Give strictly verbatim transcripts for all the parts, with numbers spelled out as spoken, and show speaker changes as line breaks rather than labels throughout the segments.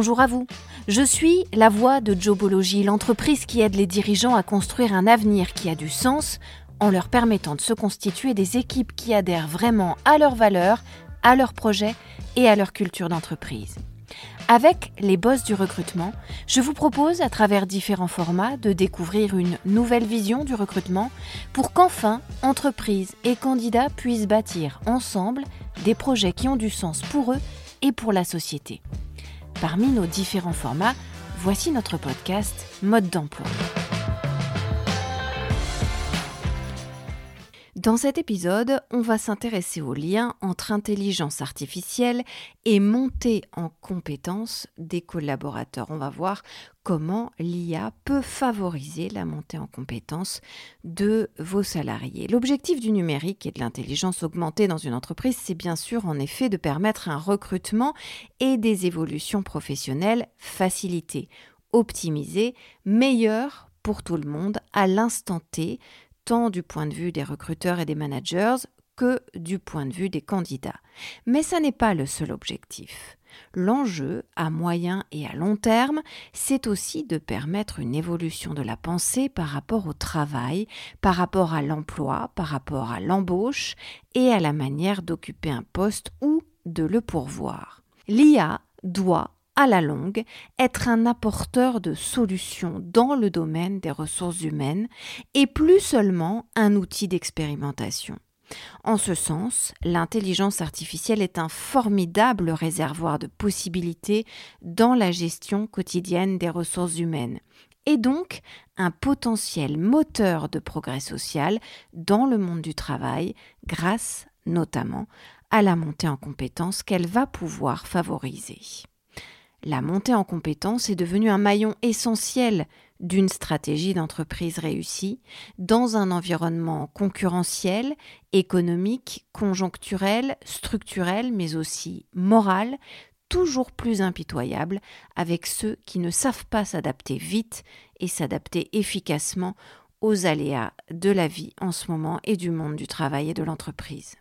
Bonjour à vous, je suis la voix de Jobology, l'entreprise qui aide les dirigeants à construire un avenir qui a du sens en leur permettant de se constituer des équipes qui adhèrent vraiment à leurs valeurs, à leurs projets et à leur culture d'entreprise. Avec les boss du recrutement, je vous propose à travers différents formats de découvrir une nouvelle vision du recrutement pour qu'enfin, entreprises et candidats puissent bâtir ensemble des projets qui ont du sens pour eux et pour la société. Parmi nos différents formats, voici notre podcast Mode d'emploi. Dans cet épisode, on va s'intéresser au lien entre intelligence artificielle et montée en compétences des collaborateurs. On va voir comment l'I A peut favoriser la montée en compétences de vos salariés. L'objectif du numérique et de l'intelligence augmentée dans une entreprise, c'est bien sûr en effet de permettre un recrutement et des évolutions professionnelles facilitées, optimisées, meilleures pour tout le monde à l'instant T, tant du point de vue des recruteurs et des managers que du point de vue des candidats. Mais ça n'est pas le seul objectif. L'enjeu, à moyen et à long terme, c'est aussi de permettre une évolution de la pensée par rapport au travail, par rapport à l'emploi, par rapport à l'embauche et à la manière d'occuper un poste ou de le pourvoir. L'I A doit à la longue, être un apporteur de solutions dans le domaine des ressources humaines et plus seulement un outil d'expérimentation. En ce sens, l'intelligence artificielle est un formidable réservoir de possibilités dans la gestion quotidienne des ressources humaines et donc un potentiel moteur de progrès social dans le monde du travail grâce notamment à la montée en compétences qu'elle va pouvoir favoriser. La montée en compétences est devenue un maillon essentiel d'une stratégie d'entreprise réussie dans un environnement concurrentiel, économique, conjoncturel, structurel, mais aussi moral, toujours plus impitoyable avec ceux qui ne savent pas s'adapter vite et s'adapter efficacement aux aléas de la vie en ce moment et du monde du travail et de l'entreprise.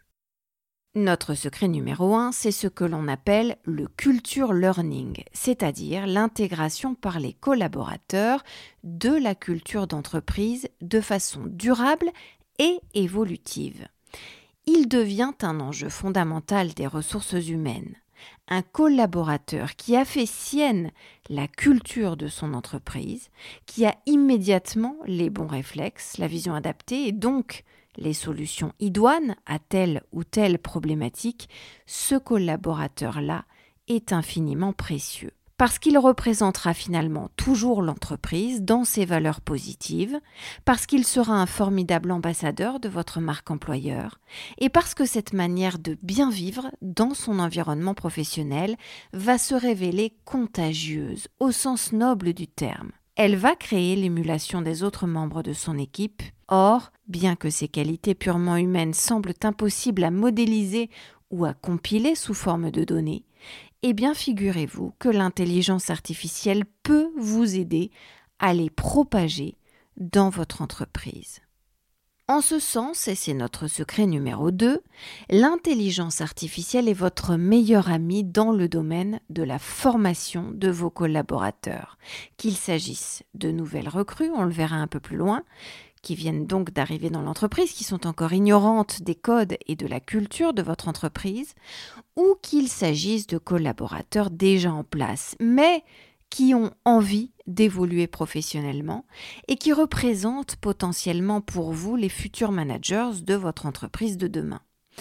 Notre secret numéro un, c'est ce que l'on appelle le culture learning, c'est-à-dire l'intégration par les collaborateurs de la culture d'entreprise de façon durable et évolutive. Il devient un enjeu fondamental des ressources humaines. Un collaborateur qui a fait sienne la culture de son entreprise, qui a immédiatement les bons réflexes, la vision adaptée et donc les solutions idoines à telle ou telle problématique, ce collaborateur-là est infiniment précieux. Parce qu'il représentera finalement toujours l'entreprise dans ses valeurs positives, parce qu'il sera un formidable ambassadeur de votre marque employeur, et parce que cette manière de bien vivre dans son environnement professionnel va se révéler contagieuse au sens noble du terme. Elle va créer l'émulation des autres membres de son équipe. Or, bien que ces qualités purement humaines semblent impossibles à modéliser ou à compiler sous forme de données, eh bien figurez-vous que l'intelligence artificielle peut vous aider à les propager dans votre entreprise. En ce sens, et c'est notre secret numéro deux, l'intelligence artificielle est votre meilleur ami dans le domaine de la formation de vos collaborateurs. Qu'il s'agisse de nouvelles recrues, on le verra un peu plus loin, qui viennent donc d'arriver dans l'entreprise, qui sont encore ignorantes des codes et de la culture de votre entreprise, ou qu'il s'agisse de collaborateurs déjà en place, mais qui ont envie d'évoluer professionnellement et qui représentent potentiellement pour vous les futurs managers de votre entreprise de demain.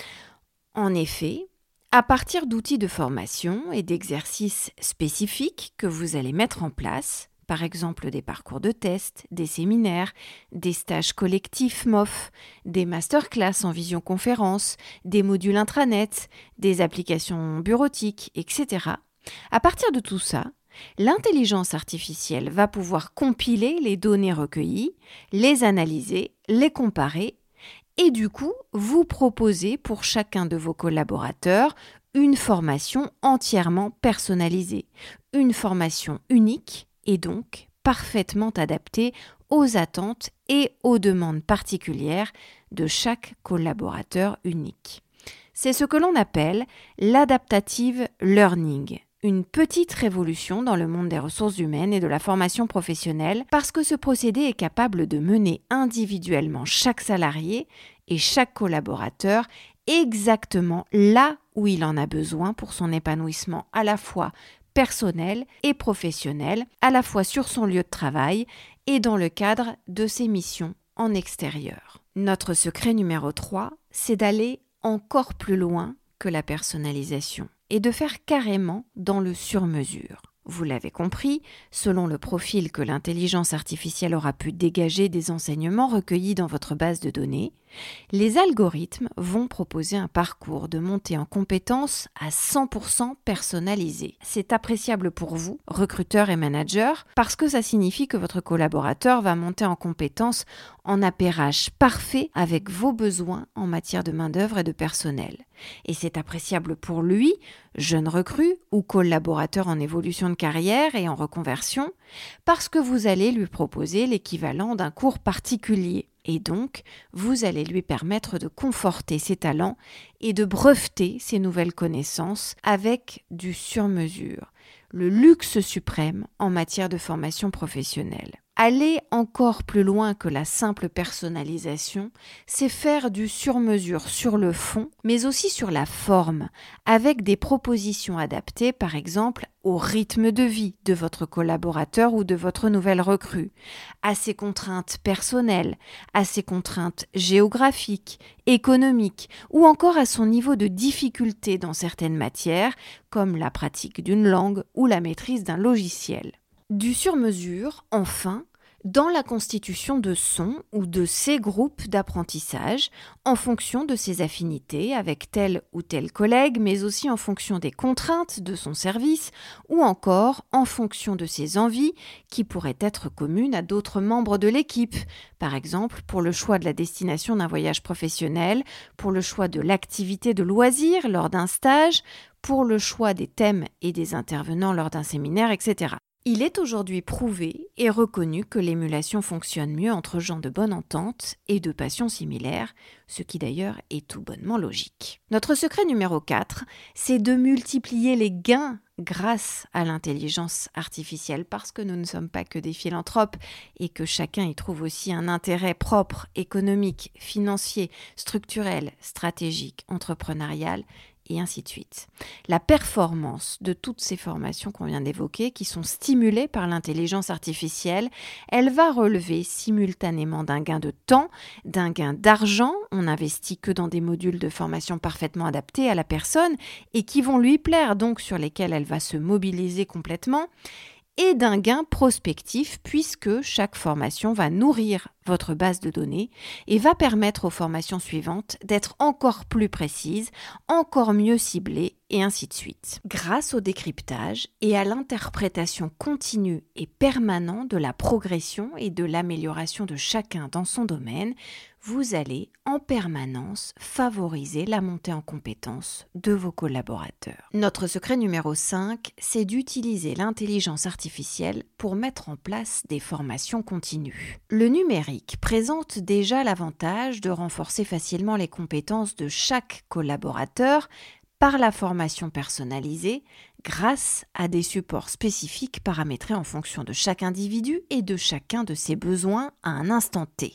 En effet, à partir d'outils de formation et d'exercices spécifiques que vous allez mettre en place, par exemple des parcours de tests, des séminaires, des stages collectifs M O F, des masterclass en visioconférence, des modules intranet, des applications bureautiques, et cetera. À partir de tout ça, l'intelligence artificielle va pouvoir compiler les données recueillies, les analyser, les comparer et du coup vous proposer pour chacun de vos collaborateurs une formation entièrement personnalisée, une formation unique et donc parfaitement adaptée aux attentes et aux demandes particulières de chaque collaborateur unique. C'est ce que l'on appelle l'adaptative learning, une petite révolution dans le monde des ressources humaines et de la formation professionnelle parce que ce procédé est capable de mener individuellement chaque salarié et chaque collaborateur exactement là où il en a besoin pour son épanouissement à la fois personnel et professionnel, à la fois sur son lieu de travail et dans le cadre de ses missions en extérieur. Notre secret numéro trois, c'est d'aller encore plus loin que la personnalisation et de faire carrément dans le sur-mesure. Vous l'avez compris, selon le profil que l'intelligence artificielle aura pu dégager des enseignements recueillis dans votre base de données, les algorithmes vont proposer un parcours de montée en compétences à cent pour cent personnalisé. C'est appréciable pour vous, recruteurs et managers, parce que ça signifie que votre collaborateur va monter en compétences en appairage parfait avec vos besoins en matière de main-d'œuvre et de personnel. Et c'est appréciable pour lui, jeune recrue ou collaborateur en évolution de carrière et en reconversion, parce que vous allez lui proposer l'équivalent d'un cours particulier. Et donc, vous allez lui permettre de conforter ses talents et de breveter ses nouvelles connaissances avec du sur-mesure, le luxe suprême en matière de formation professionnelle. Aller encore plus loin que la simple personnalisation, c'est faire du sur-mesure sur le fond, mais aussi sur la forme, avec des propositions adaptées, par exemple, au rythme de vie de votre collaborateur ou de votre nouvelle recrue, à ses contraintes personnelles, à ses contraintes géographiques, économiques, ou encore à son niveau de difficulté dans certaines matières, comme la pratique d'une langue ou la maîtrise d'un logiciel. Du sur-mesure, enfin, dans la constitution de son ou de ses groupes d'apprentissage, en fonction de ses affinités avec tel ou tel collègue, mais aussi en fonction des contraintes de son service, ou encore en fonction de ses envies qui pourraient être communes à d'autres membres de l'équipe, par exemple pour le choix de la destination d'un voyage professionnel, pour le choix de l'activité de loisir lors d'un stage, pour le choix des thèmes et des intervenants lors d'un séminaire, et cetera. Il est aujourd'hui prouvé et reconnu que l'émulation fonctionne mieux entre gens de bonne entente et de passions similaires, ce qui d'ailleurs est tout bonnement logique. Notre secret numéro quatre, c'est de multiplier les gains grâce à l'intelligence artificielle, parce que nous ne sommes pas que des philanthropes et que chacun y trouve aussi un intérêt propre, économique, financier, structurel, stratégique, entrepreneurial, et ainsi de suite. La performance de toutes ces formations qu'on vient d'évoquer, qui sont stimulées par l'intelligence artificielle, elle va relever simultanément d'un gain de temps, d'un gain d'argent, on n'investit que dans des modules de formation parfaitement adaptés à la personne et qui vont lui plaire, donc sur lesquels elle va se mobiliser complètement, et d'un gain prospectif puisque chaque formation va nourrir votre base de données et va permettre aux formations suivantes d'être encore plus précises, encore mieux ciblées et ainsi de suite. Grâce au décryptage et à l'interprétation continue et permanente de la progression et de l'amélioration de chacun dans son domaine, vous allez en permanence favoriser la montée en compétences de vos collaborateurs. Notre secret numéro cinq, c'est d'utiliser l'intelligence artificielle pour mettre en place des formations continues. Le numérique présente déjà l'avantage de renforcer facilement les compétences de chaque collaborateur par la formation personnalisée grâce à des supports spécifiques paramétrés en fonction de chaque individu et de chacun de ses besoins à un instant T.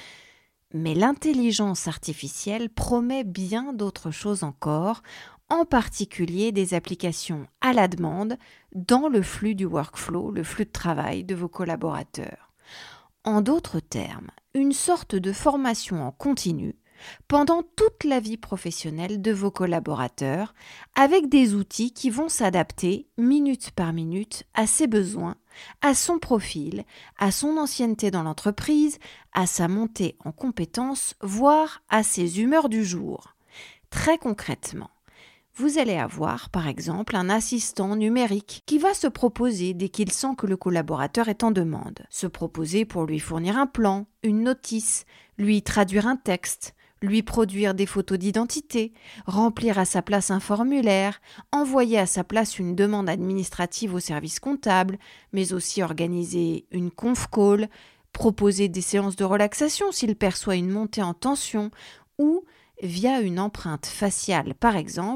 Mais l'intelligence artificielle promet bien d'autres choses encore, en particulier des applications à la demande dans le flux du workflow, le flux de travail de vos collaborateurs. En d'autres termes, une sorte de formation en continu pendant toute la vie professionnelle de vos collaborateurs, avec des outils qui vont s'adapter minute par minute à ses besoins, à son profil, à son ancienneté dans l'entreprise, à sa montée en compétences, voire à ses humeurs du jour. Très concrètement, vous allez avoir par exemple un assistant numérique qui va se proposer dès qu'il sent que le collaborateur est en demande. Se proposer pour lui fournir un plan, une notice, lui traduire un texte, lui produire des photos d'identité, remplir à sa place un formulaire, envoyer à sa place une demande administrative au service comptable, mais aussi organiser une conf call, proposer des séances de relaxation s'il perçoit une montée en tension ou, via une empreinte faciale par exemple,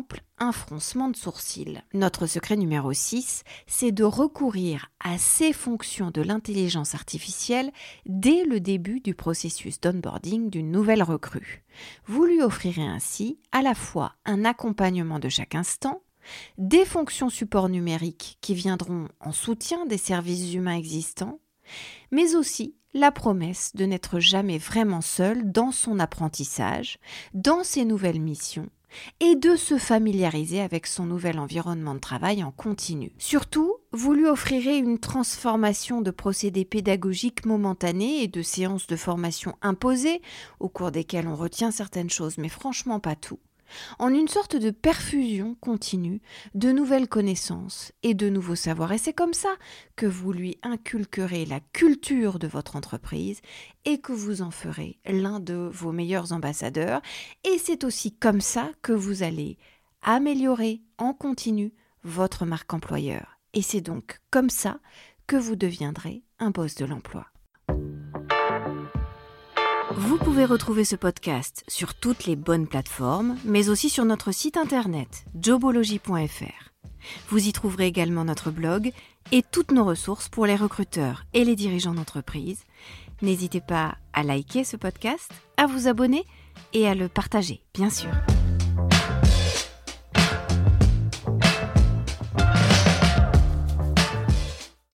un froncement de sourcils. Notre secret numéro six, c'est de recourir à ces fonctions de l'intelligence artificielle dès le début du processus d'onboarding d'une nouvelle recrue. Vous lui offrirez ainsi à la fois un accompagnement de chaque instant, des fonctions support numériques qui viendront en soutien des services humains existants, mais aussi la promesse de n'être jamais vraiment seul dans son apprentissage, dans ses nouvelles missions, et de se familiariser avec son nouvel environnement de travail en continu. Surtout, vous lui offrirez une transformation de procédés pédagogiques momentanés et de séances de formation imposées, au cours desquelles on retient certaines choses, mais franchement pas tout, en une sorte de perfusion continue de nouvelles connaissances et de nouveaux savoirs. Et c'est comme ça que vous lui inculquerez la culture de votre entreprise et que vous en ferez l'un de vos meilleurs ambassadeurs. Et c'est aussi comme ça que vous allez améliorer en continu votre marque employeur. Et c'est donc comme ça que vous deviendrez un boss de l'emploi. Vous pouvez retrouver ce podcast sur toutes les bonnes plateformes, mais aussi sur notre site internet jobology point f r. Vous y trouverez également notre blog et toutes nos ressources pour les recruteurs et les dirigeants d'entreprise. N'hésitez pas à liker ce podcast, à vous abonner et à le partager, bien sûr.